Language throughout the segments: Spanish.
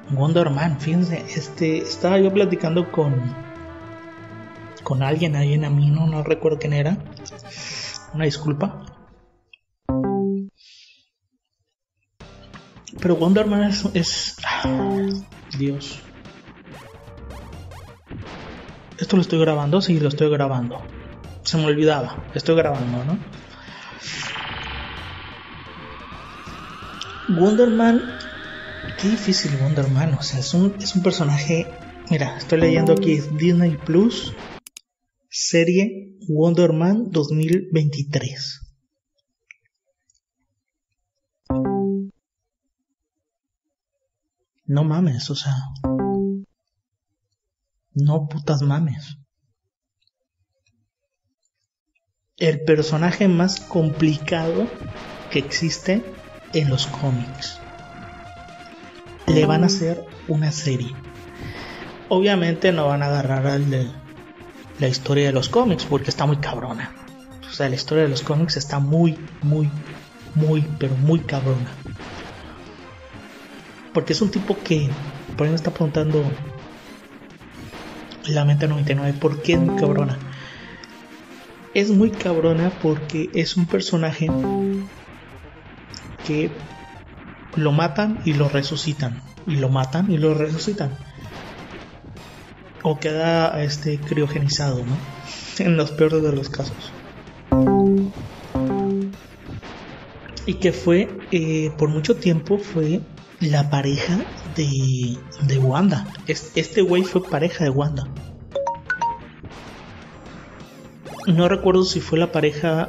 Wonder Man, fíjense, estaba yo platicando con alguien ahí en Amino, no recuerdo quién era, una disculpa. Pero Wonder Man es Dios. Esto lo estoy grabando, sí, lo estoy grabando. Se me olvidaba, estoy grabando, ¿no? Wonder Man, qué difícil Wonder Man, o sea, es un personaje. Mira, estoy leyendo aquí Disney Plus, serie Wonder Man 2023. No mames, o sea, no putas mames. El personaje más complicado que existe en los cómics. Le van a hacer una serie. Obviamente no van a agarrar al de la historia de los cómics porque está muy cabrona. O sea, la historia de los cómics está muy, pero muy cabrona. Porque es un tipo que, por ahí me está preguntando la mente 99, ¿por qué es muy cabrona? Es muy cabrona porque es un personaje que lo matan y lo resucitan, y lo matan y lo resucitan, o queda criogenizado, ¿no? En los peores de los casos. Y que fue por mucho tiempo fue la pareja de Wanda. Este güey fue pareja de Wanda. No recuerdo si fue la pareja.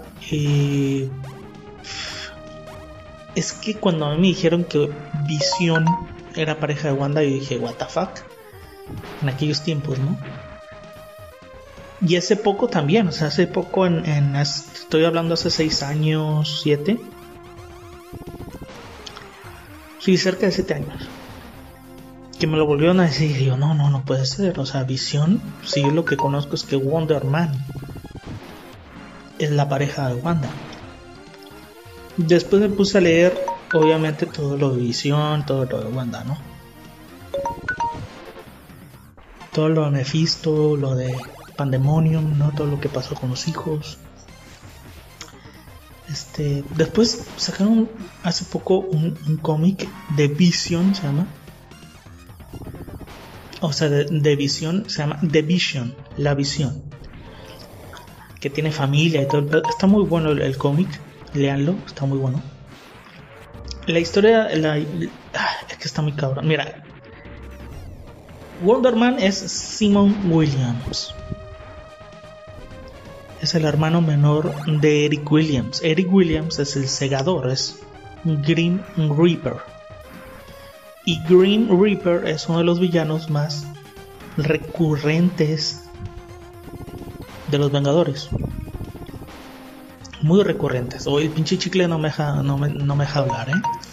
Es que cuando a mí me dijeron que Visión era pareja de Wanda, yo dije, what the fuck. En aquellos tiempos, ¿no? Y hace poco también, o sea, hace poco estoy hablando hace 6 años, 7. Sí, cerca de 7 años. Que me lo volvieron a decir y yo, no puede ser. O sea, Visión, sí, lo que conozco es que Wonder Man es la pareja de Wanda. Después me puse a leer, obviamente, todo lo de Visión, todo lo de Wanda, ¿no? Todo lo de Mephisto, lo de Pandemonium, ¿no? Todo lo que pasó con los hijos. Después sacaron hace poco un cómic de Vision, se llama. O sea, de Vision, se llama The Vision, la visión. Que tiene familia y todo. Está muy bueno el cómic, léanlo, está muy bueno. La historia, es que está muy cabrón. Mira, Wonder Man es Simon Williams. Es el hermano menor de Eric Williams. Eric Williams es el segador, es Grim Reaper. Y Grim Reaper es uno de los villanos más recurrentes de los Vengadores. Muy recurrentes. Hoy el pinche chicle no me deja hablar,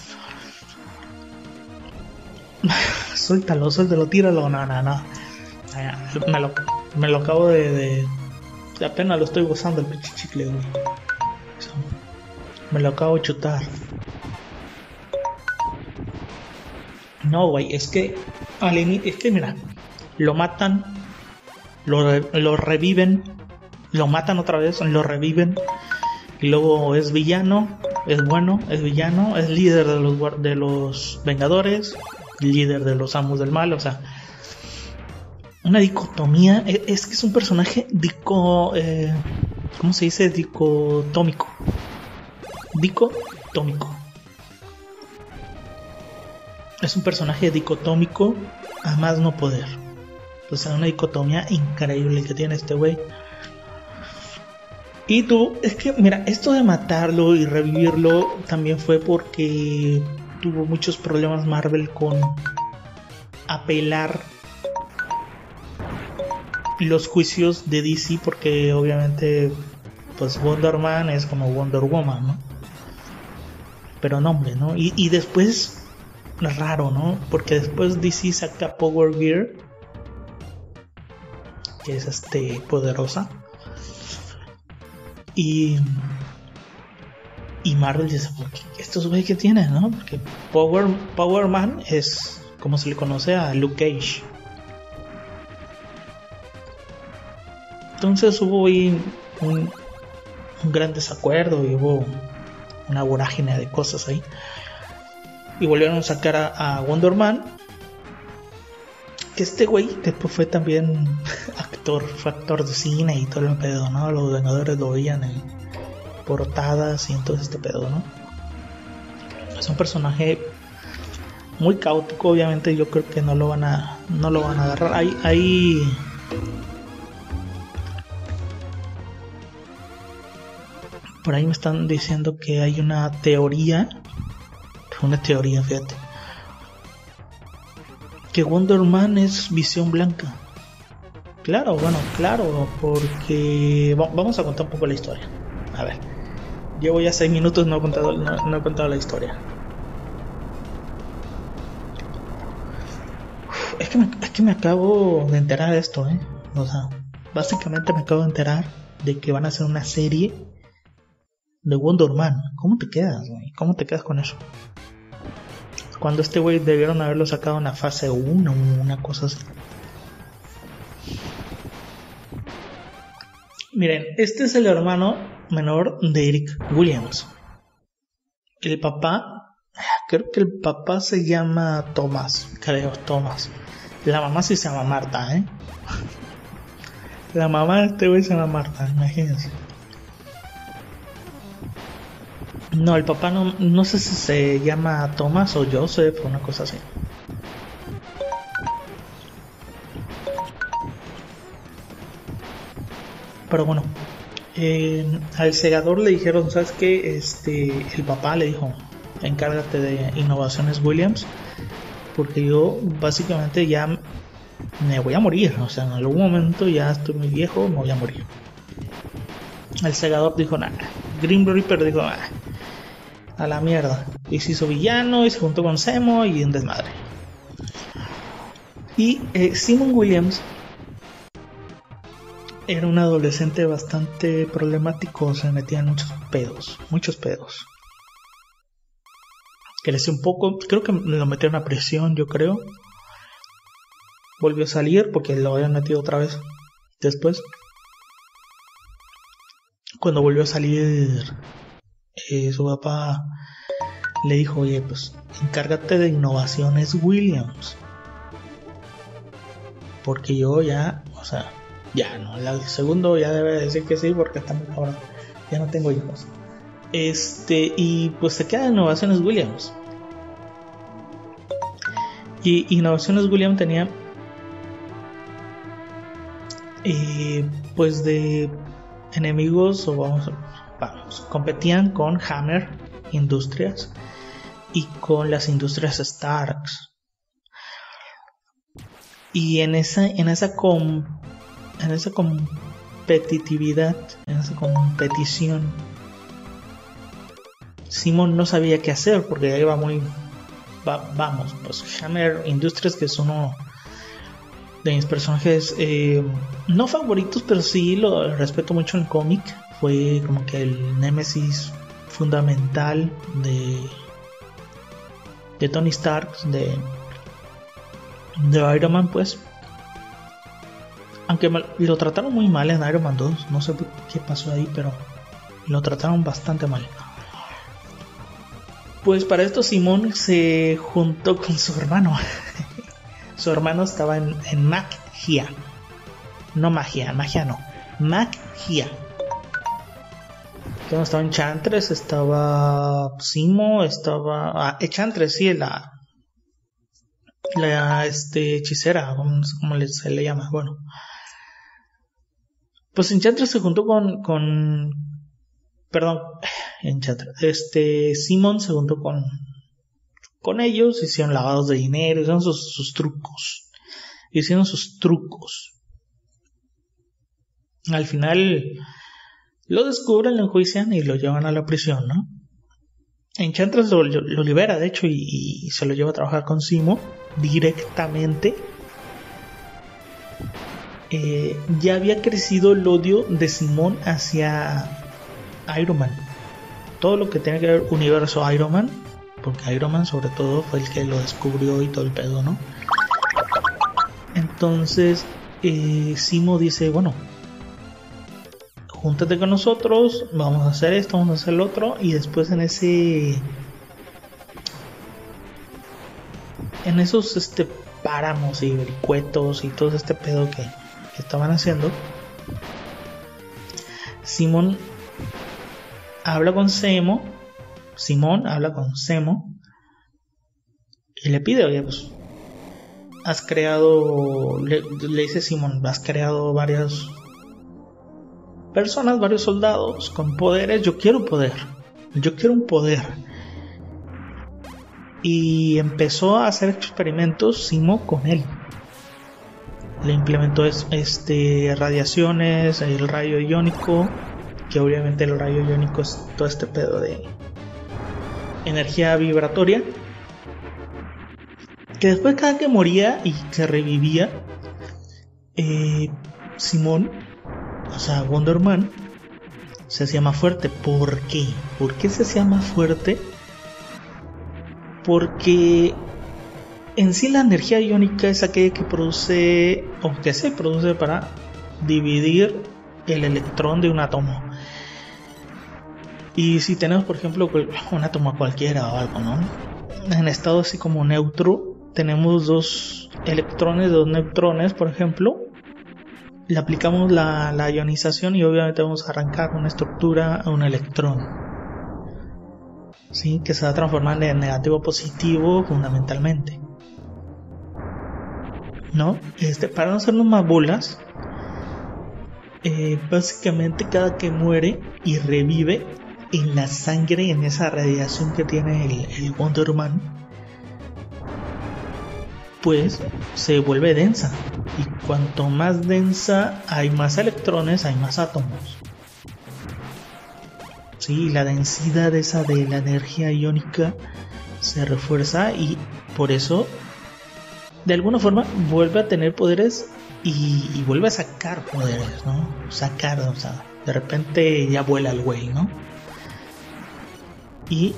Suéltalo, tíralo. No. Me lo acabo de apenas lo estoy gozando el pinche chicle, güey. Me lo acabo de chutar. No, güey, es que mira, lo matan, lo reviven, lo matan otra vez, lo reviven, y luego es villano, es bueno, es villano, es líder de los Vengadores, líder de los Amos del Mal, o sea, una dicotomía. Es que es un personaje ¿cómo se dice? Dicotómico. Es un personaje dicotómico a más no poder. O sea, una dicotomía increíble que tiene este güey. Y es que mira, esto de matarlo y revivirlo también fue porque tuvo muchos problemas Marvel con apelar los juicios de DC, porque obviamente pues Wonder Man es como Wonder Woman, ¿no? Pero no, hombre, ¿no? Y después, raro, ¿no? Porque después DC saca Power Gear, que es poderosa, y Marvel dice, ¿por qué estos güeyes que tienen, no? Porque Power Man es como se le conoce a Luke Cage. Entonces hubo ahí un gran desacuerdo y hubo una vorágine de cosas ahí. Y volvieron a sacar a Wonder Man. Que este güey después fue también fue actor de cine y todo el pedo, ¿no? Los Vengadores lo veían en portadas y en todo este pedo, ¿no? Es un personaje muy caótico, obviamente yo creo que no lo van a agarrar. Hay por ahí me están diciendo que hay una teoría, fíjate, que Wonder Man es Visión Blanca. Claro, porque vamos a contar un poco la historia. A ver, llevo ya 6 minutos, no he contado la historia. Es que me acabo de enterar de esto, o sea, básicamente me acabo de enterar de que van a hacer una serie de Wonder Man. ¿Cómo te quedas, güey? ¿Cómo te quedas con eso? Cuando este güey debieron haberlo sacado en la fase 1 o una cosa así. Miren, este es el hermano menor de Eric Williams. El papá, creo que el papá se llama Thomas. La mamá sí se llama Marta, La mamá de este güey se llama Marta, imagínense. No, el papá no sé si se llama Thomas o Joseph o una cosa así. Pero bueno, al segador le dijeron, ¿sabes qué? El papá le dijo, encárgate de Innovaciones Williams, porque yo básicamente ya me voy a morir, o sea, en algún momento ya estoy muy viejo, me voy a morir. El segador dijo, nada. Grim Reaper dijo, nada, a la mierda. Y se hizo villano y se juntó con Zemo y un desmadre. Y Simon Williams era un adolescente bastante problemático, se metía en muchos pedos. Creció un poco, creo que lo metieron a prisión, yo creo. Volvió a salir porque lo habían metido otra vez después. Cuando volvió a salir, su papá le dijo, oye, pues encárgate de Innovaciones Williams, porque yo ya, o sea, ya no, el segundo ya debe decir que sí porque está muy cabrón, ya no tengo hijos. Y pues se queda en Innovaciones Williams. Y Innovaciones Williams tenía pues de enemigos, o vamos, competían con Hammer Industrias y con las industrias Starks. Y en esa competitividad, en esa competición, Simon no sabía qué hacer porque ya iba muy... vamos, pues Hammer Industries, que es uno de mis personajes no favoritos, pero sí lo respeto mucho en el cómic. Fue como que el némesis fundamental de Tony Stark, de Iron Man, pues. Aunque lo trataron muy mal en Iron Man 2, no sé qué pasó ahí, pero lo trataron bastante mal. Pues para esto Simon se juntó con su hermano. Su hermano estaba en magia. No magia no. Magia. Que no estaba Enchantress, estaba Simo, estaba Enchantress, sí, la hechicera, como se le llama. Bueno, pues Enchantress se juntó con Simon se juntó con ellos, hicieron lavados de dinero, hicieron sus trucos. Al final lo descubren, lo enjuician y lo llevan a la prisión, ¿no? Enchantress lo libera, de hecho, y se lo lleva a trabajar con Simo directamente. Ya había crecido el odio de Simon hacia Iron Man. Todo lo que tenga que ver universo Iron Man porque Iron Man sobre todo fue el que lo descubrió y todo el pedo, ¿no? Entonces Zemo dice, bueno, júntate con nosotros, vamos a hacer esto, vamos a hacer lo otro, y después en esos páramos y vericuetos y todo este pedo que estaban haciendo, Simón habla con Zemo y le pide, oye, pues has creado, le dice Simón, has creado varias personas, varios soldados con poderes, yo quiero un poder. Y empezó a hacer experimentos Zemo con él. Le implementó radiaciones, el rayo iónico, que obviamente el rayo iónico es todo este pedo de energía vibratoria, que después cada que moría y se revivía, Simón, o sea Wonder Man, se hacía más fuerte. ¿Por qué? ¿Por qué se hacía más fuerte? Porque en sí la energía iónica es aquella que produce, o que se produce para dividir el electrón de un átomo. Y si tenemos, por ejemplo, un átomo cualquiera o algo, ¿no? En estado así como neutro, tenemos dos electrones, dos neutrones, por ejemplo. Le aplicamos la ionización y obviamente vamos a arrancar una estructura a un electrón, ¿sí? Que se va a transformar de negativo a positivo fundamentalmente, ¿no? Para no hacernos más bolas, básicamente cada que muere y revive, en la sangre, en esa radiación que tiene el Wonder Man, pues se vuelve densa, y cuanto más densa hay más electrones, hay más átomos. Sí, la densidad esa de la energía iónica se refuerza, y por eso de alguna forma vuelve a tener poderes y vuelve a sacar poderes, ¿no? O sea, de repente ya vuela el güey, ¿no? Y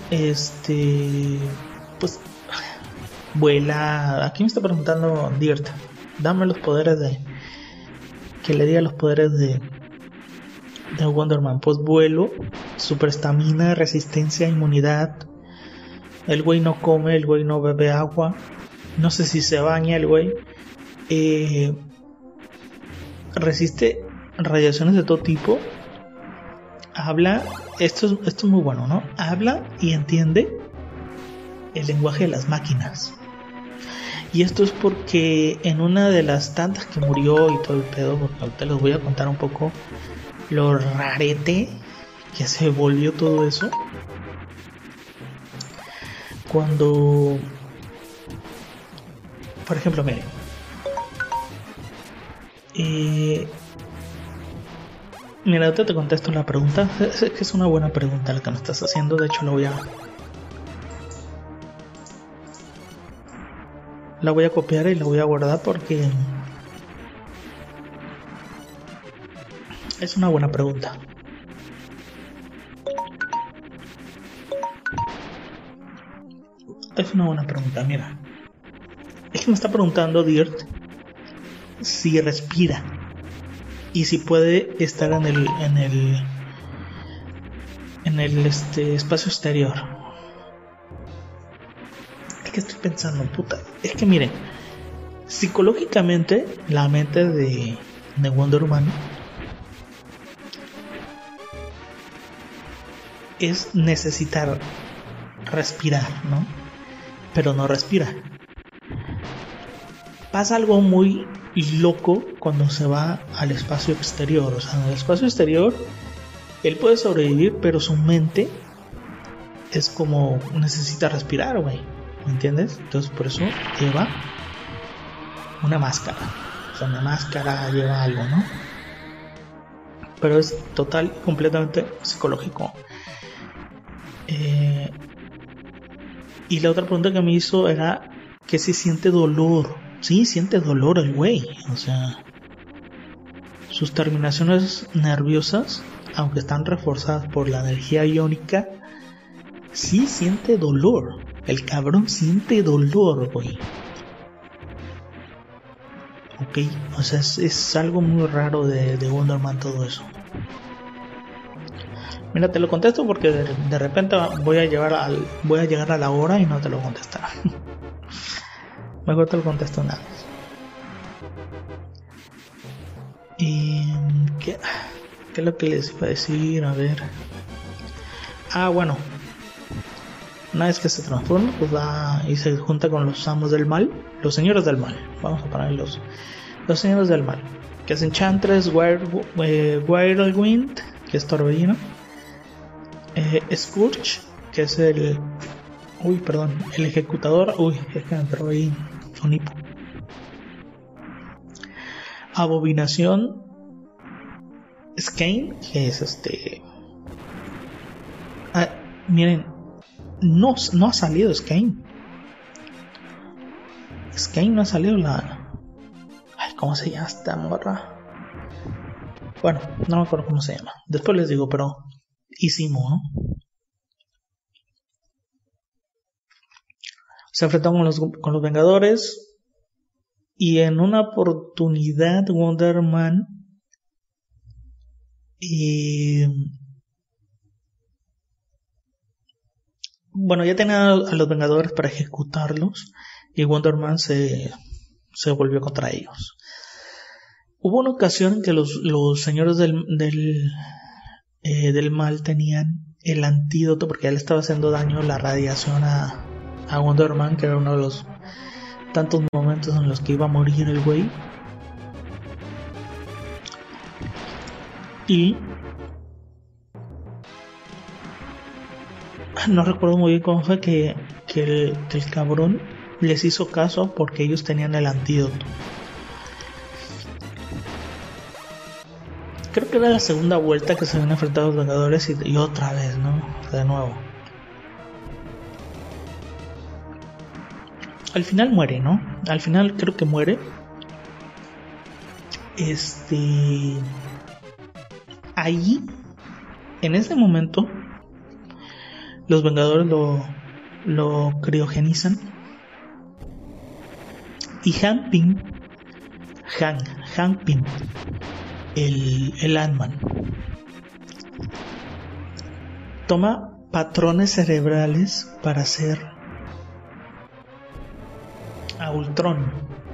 pues vuela. Aquí me está preguntando Dirt, dame los poderes que le diga los poderes de Wonder Man. Pues vuelo, super estamina, resistencia, inmunidad. El güey no come, el güey no bebe agua, no sé si se baña el güey. Resiste radiaciones de todo tipo. Habla, esto es muy bueno, ¿no? Habla y entiende el lenguaje de las máquinas. Y esto es porque en una de las tantas que murió y todo el pedo, porque ahorita les voy a contar un poco lo rarete que se volvió todo eso. Cuando, por ejemplo, miren, mira, ahorita te contesto la pregunta. Es que es una buena pregunta la que me estás haciendo. De hecho, la voy a copiar y la voy a guardar porque es una buena pregunta. Es una buena pregunta, mira. Es que me está preguntando Dirt si respira y si puede estar en el espacio exterior. Es que estoy pensando, puta. Es que miren, psicológicamente la mente de Wonder Man es necesitar respirar, ¿no? Pero no respira. Pasa algo muy loco cuando se va al espacio exterior. O sea, en el espacio exterior él puede sobrevivir, pero su mente es como necesita respirar, güey, ¿me entiendes? Entonces por eso lleva una máscara. O sea, una máscara lleva algo, ¿no? Pero es total y completamente psicológico. Y la otra pregunta que me hizo era que si siente dolor. Sí, siente dolor el güey. O sea, sus terminaciones nerviosas, aunque están reforzadas por la energía iónica, sí siente dolor. El cabrón siente dolor, güey. Ok, o sea, es algo muy raro de Wonder Man todo eso. Mira, te lo contesto porque de repente voy a llegar a la hora y no te lo contestaré. Mejor te lo contesto nada. ¿Y qué es lo que les iba a decir? A ver. Ah, bueno. Una vez que se transforma, pues va y se junta con los amos del mal, los señores del mal. Vamos a poner los señores del mal, que es Enchantress, Whirlwind, que es Torbellino, Scourge, que es el ejecutador. Es que me entró ahí un hipo. Abominación, Skane, que es miren, no ha salido Skane. Skane no ha salido ¿cómo se llama esta morra? Bueno, no me acuerdo cómo se llama. Después les digo, pero hicimos, ¿no? Se enfrentó con los Vengadores y en una oportunidad Wonder Man ya tenía a los Vengadores para ejecutarlos y Wonder Man se volvió contra ellos. Hubo una ocasión en que los señores del mal tenían el antídoto porque ya le estaba haciendo daño la radiación a Wonder Man, que era uno de los tantos momentos en los que iba a morir el güey. Y no recuerdo muy bien cómo fue que el cabrón les hizo caso porque ellos tenían el antídoto. Creo que era la segunda vuelta que se habían enfrentado los Vengadores y otra vez, ¿no? De nuevo. Al final muere, ¿no? Al final creo que muere. Ahí, en ese momento, los Vengadores lo criogenizan. Y Hank Pym, el Ant-Man, toma patrones cerebrales para hacer a Ultron.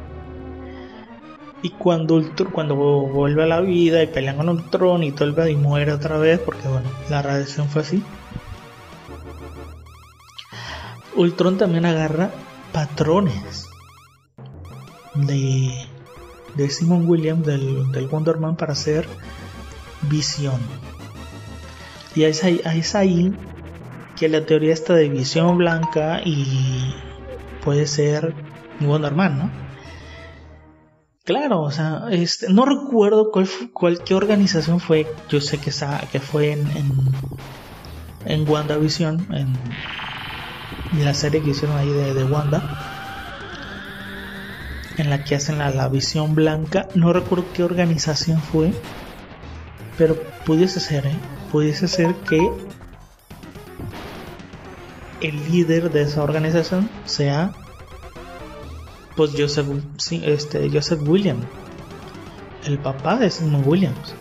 Y cuando vuelve a la vida y pelean con Ultron y todo el pedo y muere otra vez porque bueno, la radiación fue así, Ultron también agarra patrones de Simon Williams del Wonder Man para hacer Visión. Y es ahí que la teoría está de Visión Blanca y puede ser Wonder Man, ¿no? Claro, o sea, no recuerdo qué organización fue. Yo sé que fue en WandaVision, en la serie que hicieron ahí de Wanda, en la que hacen la Visión Blanca. No recuerdo qué organización fue, pero pudiese ser que el líder de esa organización sea pues Joseph Williams, el papá de Simon Williams.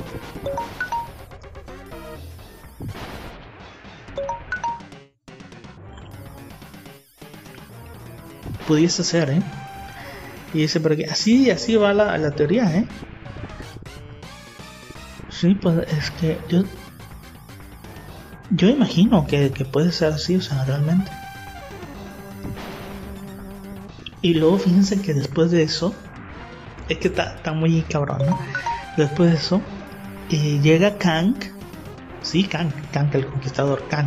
Pudiese ser, y dice, pero que así va la teoría, Sí, pues es que yo imagino que puede ser así, o sea, realmente. Y luego fíjense que después de eso, es que está muy cabrón, ¿no? Después de eso, llega Kang, sí, Kang el conquistador, Kang,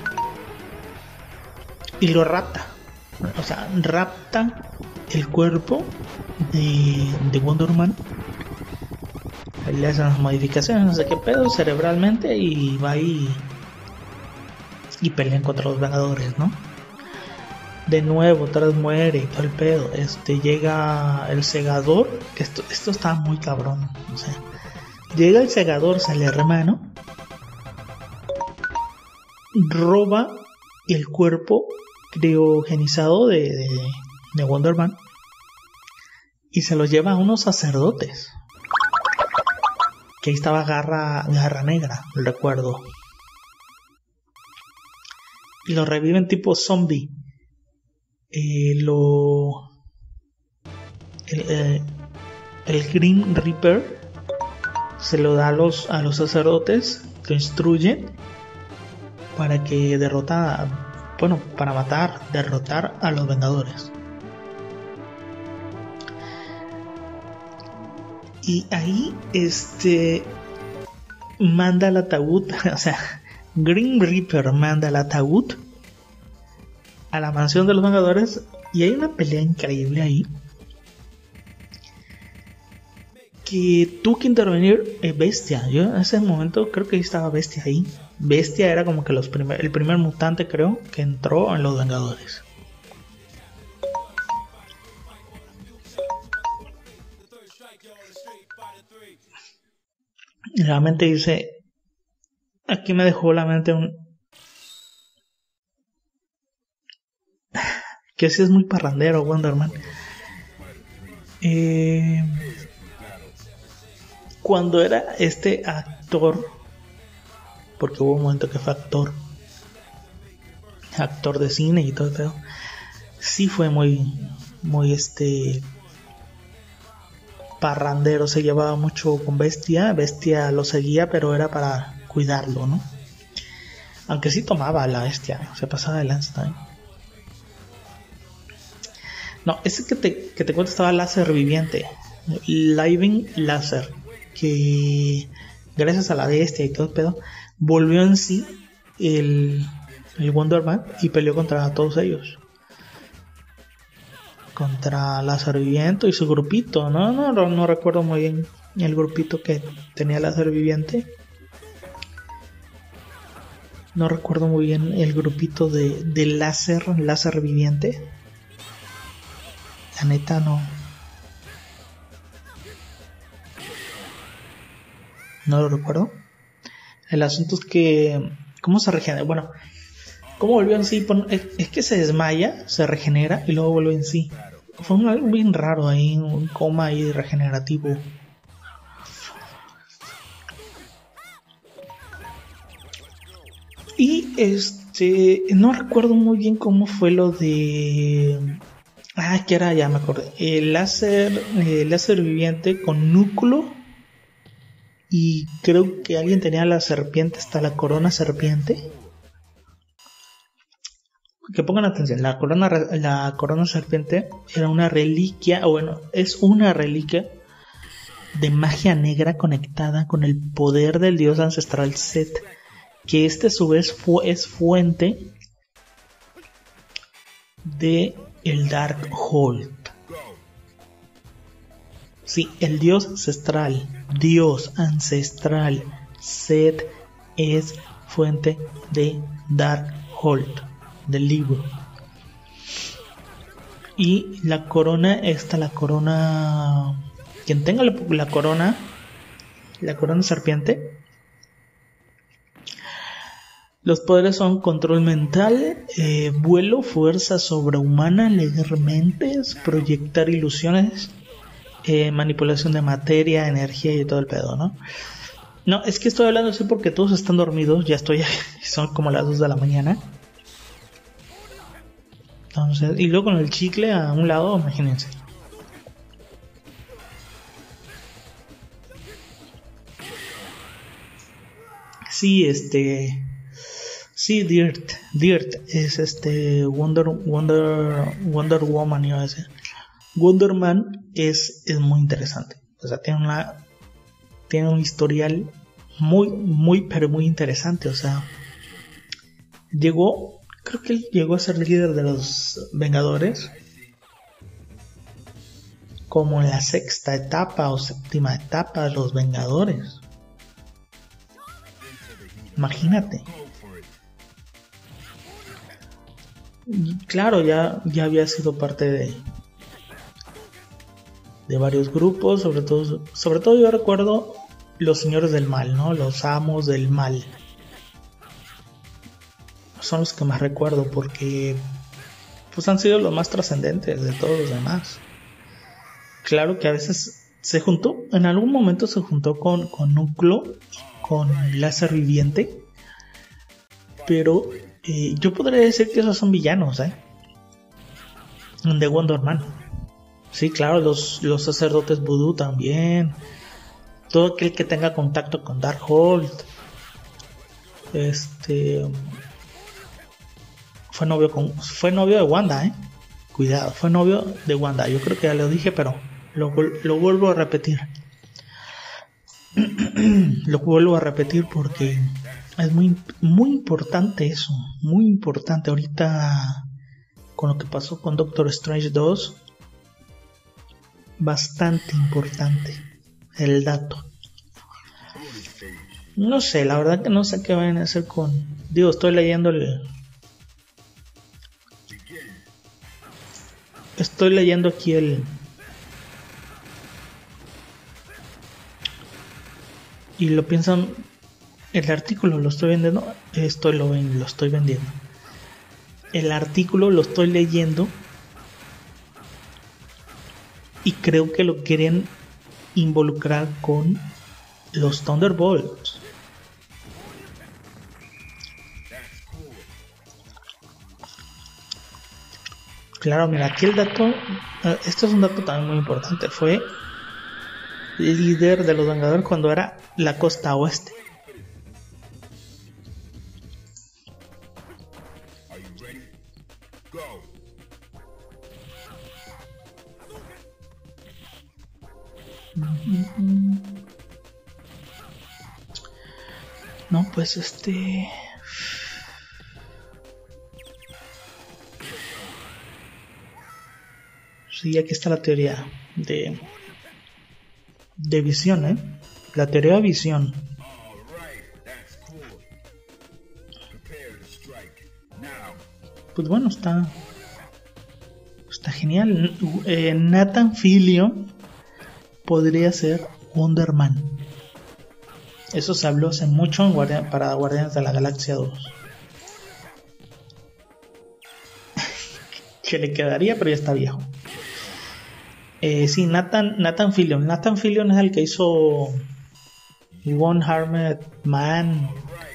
y lo rapta. O sea, rapta el cuerpo de Wonder Man, le hacen las modificaciones, no sé qué pedo, cerebralmente, y va y pelean contra los Vengadores, ¿no? De nuevo, otra vez muere y todo el pedo. Llega el segador, que esto está muy cabrón, o sea, llega el segador, sale hermano, roba el cuerpo criogenizado de Wonder Man y se los lleva a unos sacerdotes. Que ahí estaba Garra Negra, recuerdo. Y lo reviven tipo zombie. El Grim Reaper se lo da a los sacerdotes, lo instruyen para que derrotar a los Vengadores. Y ahí manda el ataúd, o sea, Grim Reaper manda el ataúd a la mansión de los Vengadores y hay una pelea increíble ahí. Que tuvo que intervenir Bestia. Yo en ese momento creo que estaba Bestia ahí. Bestia era como que el primer mutante, creo, que entró en los Vengadores. Y realmente dice, aquí me dejó la mente que sí es muy parrandero Wonder Man. Cuando era actor, porque hubo un momento que fue actor de cine y todo eso, sí fue muy parrandero, se llevaba mucho con Bestia lo seguía, pero era para cuidarlo, ¿no? Aunque sí tomaba a la Bestia, se pasaba de lanza también. No, ese que te cuento estaba Láser Viviente, Living Láser, que gracias a la Bestia y todo el pedo, volvió en sí el Wonder Man y peleó contra todos ellos. Contra Láser Viviente y su grupito, no recuerdo muy bien el grupito que tenía Láser Viviente. No recuerdo muy bien el grupito de Láser Viviente. La neta no lo recuerdo. El asunto es que ¿cómo se regenera? Bueno, ¿cómo volvió en sí? Es que se desmaya, se regenera y luego vuelve en sí. Fue algo bien raro ahí, un coma ahí regenerativo. Y no recuerdo muy bien cómo fue lo de... que era, ya me acordé. El láser viviente con núcleo. Y creo que alguien tenía la serpiente, hasta la corona serpiente. Que pongan atención, la corona serpiente era una reliquia, o bueno, es una reliquia de magia negra conectada con el poder del dios ancestral Set, que a su vez es fuente de el Darkhold. Sí, el dios ancestral Set es fuente de Darkhold, del libro. Y la corona, la corona, quien tenga la corona serpiente, los poderes son control mental, vuelo, fuerza sobrehumana, leer mentes, proyectar ilusiones, manipulación de materia, energía y todo el pedo, ¿no? No, es que estoy hablando así porque todos están dormidos, son como las 2 de la mañana. Entonces, y luego con el chicle a un lado, imagínense. Sí, sí, Dirt es Wonder Woman, iba a decir. Wonder Man es muy interesante. O sea, tiene un historial muy pero muy interesante. O sea, creo que él llegó a ser líder de los Vengadores como en la 6ª etapa o 7ª etapa de los Vengadores. Imagínate. Y claro, ya había sido parte de varios grupos, sobre todo yo recuerdo los señores del mal, ¿no? Los amos del mal. Son los que más recuerdo porque pues han sido los más trascendentes de todos los demás. Claro que a veces se juntó, en algún momento se juntó con Núcleo, con Láser Viviente, pero yo podría decir que esos son villanos, de Wonder Man. Sí, claro, los sacerdotes vudú también, todo aquel que tenga contacto con Darkhold, fue novio de Wanda, cuidado, fue novio de Wanda. Yo creo que ya lo dije, pero lo vuelvo a repetir. Lo vuelvo a repetir porque es muy, muy importante eso, muy importante. Ahorita con lo que pasó con Doctor Strange 2, bastante importante el dato. No sé, la verdad que no sé qué van a hacer con... Digo, estoy leyendo aquí y lo piensan, el artículo lo estoy vendiendo, lo estoy vendiendo. El artículo lo estoy leyendo y creo que lo quieren involucrar con los Thunderbolts. Claro, mira, aquí el dato, esto es un dato también muy importante, fue líder de los Vengadores cuando era la costa oeste. No, pues sí, aquí está la teoría de visión, la teoría de visión. Pues bueno, está genial. Nathan Fillion podría ser Wonder Man. Eso se habló hace mucho para Guardianes de la Galaxia 2. Que le quedaría, pero ya está viejo. Sí, Nathan Fillion. Nathan Fillion es el que hizo One Armed Man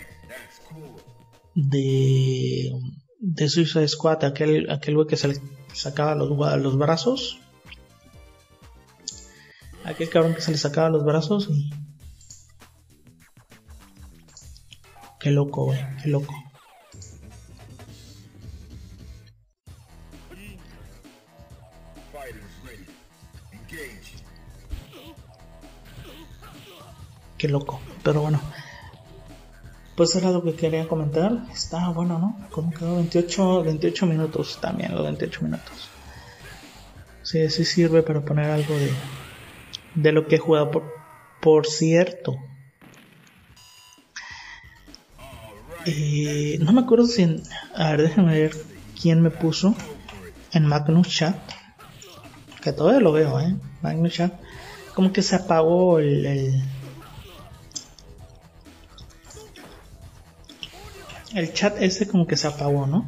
de Suicide Squad, aquel güey que se le sacaba los brazos. Aquel cabrón que se le sacaba los brazos y... Qué loco, güey, qué loco. Qué loco, pero bueno. Pues era lo que quería comentar. Está bueno, ¿no? ¿Cómo quedó? 28 minutos también, los 28 minutos. Sí, sí sirve para poner algo de lo que he jugado. Por cierto, no me acuerdo si a ver, déjenme ver quién me puso en Magnus Chat, que todavía lo veo, Magnus Chat, como que se apagó el chat ese, como que se apagó, ¿no?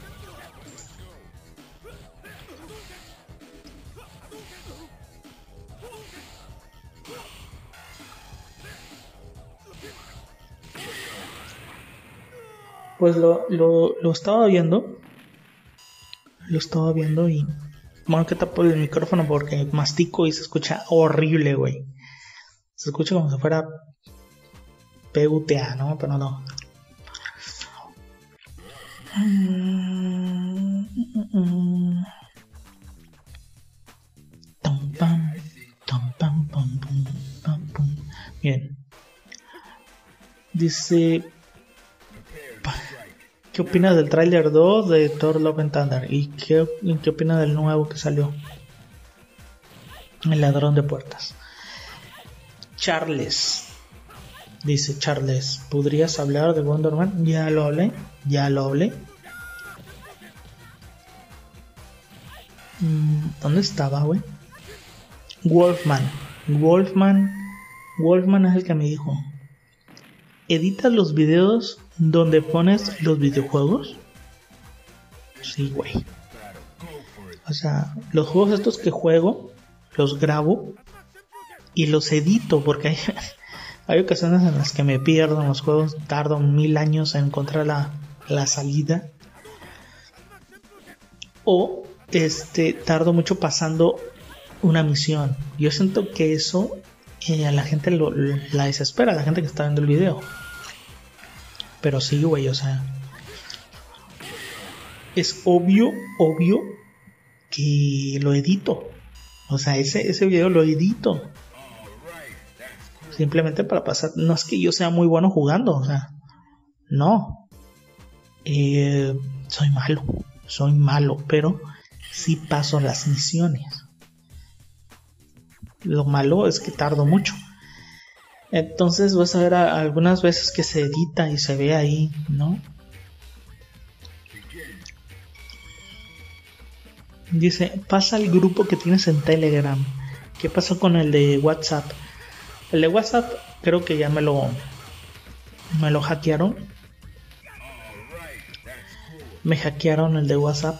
Pues lo estaba viendo. Lo estaba viendo y... Bueno, que tapo el micrófono porque mastico y se escucha horrible, güey. Se escucha como si fuera PUTA, ¿no? Pero no. Bien. Dice... ¿Qué opinas del tráiler 2 de Thor Love and Thunder? ¿Y qué opinas del nuevo que salió? El ladrón de puertas. Charles. Dice Charles, ¿podrías hablar de Wonder Man? Ya lo hablé. ¿Dónde estaba, güey? Wolfman es el que me dijo, ¿editas los videos donde pones los videojuegos? Sí, güey. O sea, los juegos estos que juego, los grabo y los edito porque hay ocasiones en las que me pierdo en los juegos, tardo 1000 años en encontrar la salida. O tardo mucho pasando una misión. Yo siento que eso a la gente la desespera, a la gente que está viendo el video. Pero sí, güey, o sea, es obvio que lo edito. O sea, ese video lo edito. Simplemente para pasar. No es que yo sea muy bueno jugando, o sea, no. Soy malo, pero sí paso las misiones. Lo malo es que tardo mucho. Entonces vas a ver algunas veces que se edita y se ve ahí, ¿no? Dice, pasa al grupo que tienes en Telegram. ¿Qué pasó con el de WhatsApp? El de WhatsApp creo que ya me lo hackearon. Me hackearon el de WhatsApp.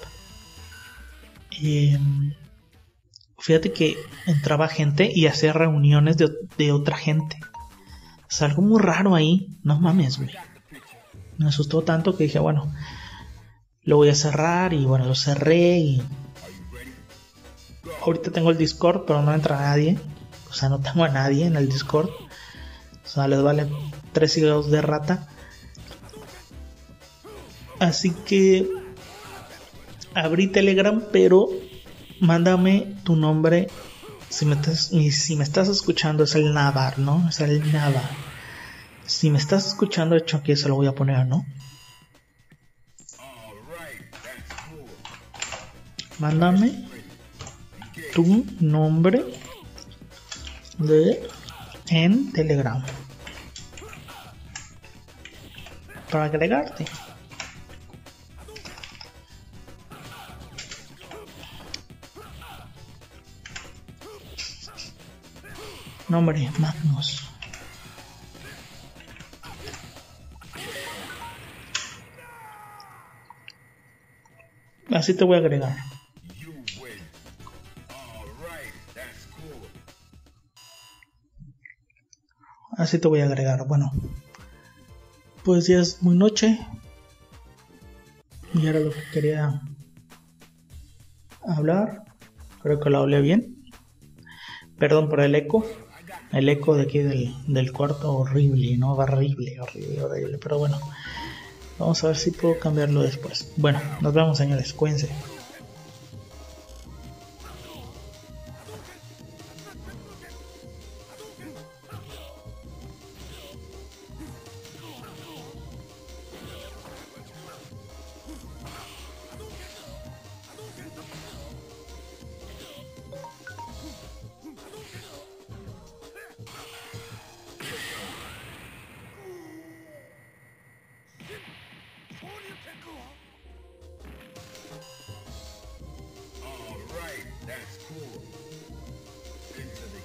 Fíjate que entraba gente y hacía reuniones de otra gente. Es algo muy raro ahí. No mames, güey. Me asustó tanto que dije, bueno, lo voy a cerrar. Y bueno, lo cerré y... Ahorita tengo el Discord, pero no entra nadie. O sea, no tengo a nadie en el Discord. O sea, les vale 3 hígados de rata. Así que abrí Telegram, pero mándame tu nombre. Si me estás escuchando, es el Navar, ¿no? Es el Navar. Si me estás escuchando, de hecho aquí se lo voy a poner, ¿no? Mándame tu nombre en Telegram para agregarte. Nombre Magnus. Así te voy a agregar. Así te voy a agregar. Bueno, pues ya es muy noche. Y era lo que quería hablar. Creo que lo hablé bien. Perdón por el eco. El eco de aquí del cuarto, horrible, ¿no? Horrible. Pero bueno, vamos a ver si puedo cambiarlo después. Bueno, nos vemos, señores. Cuídense. That's cool.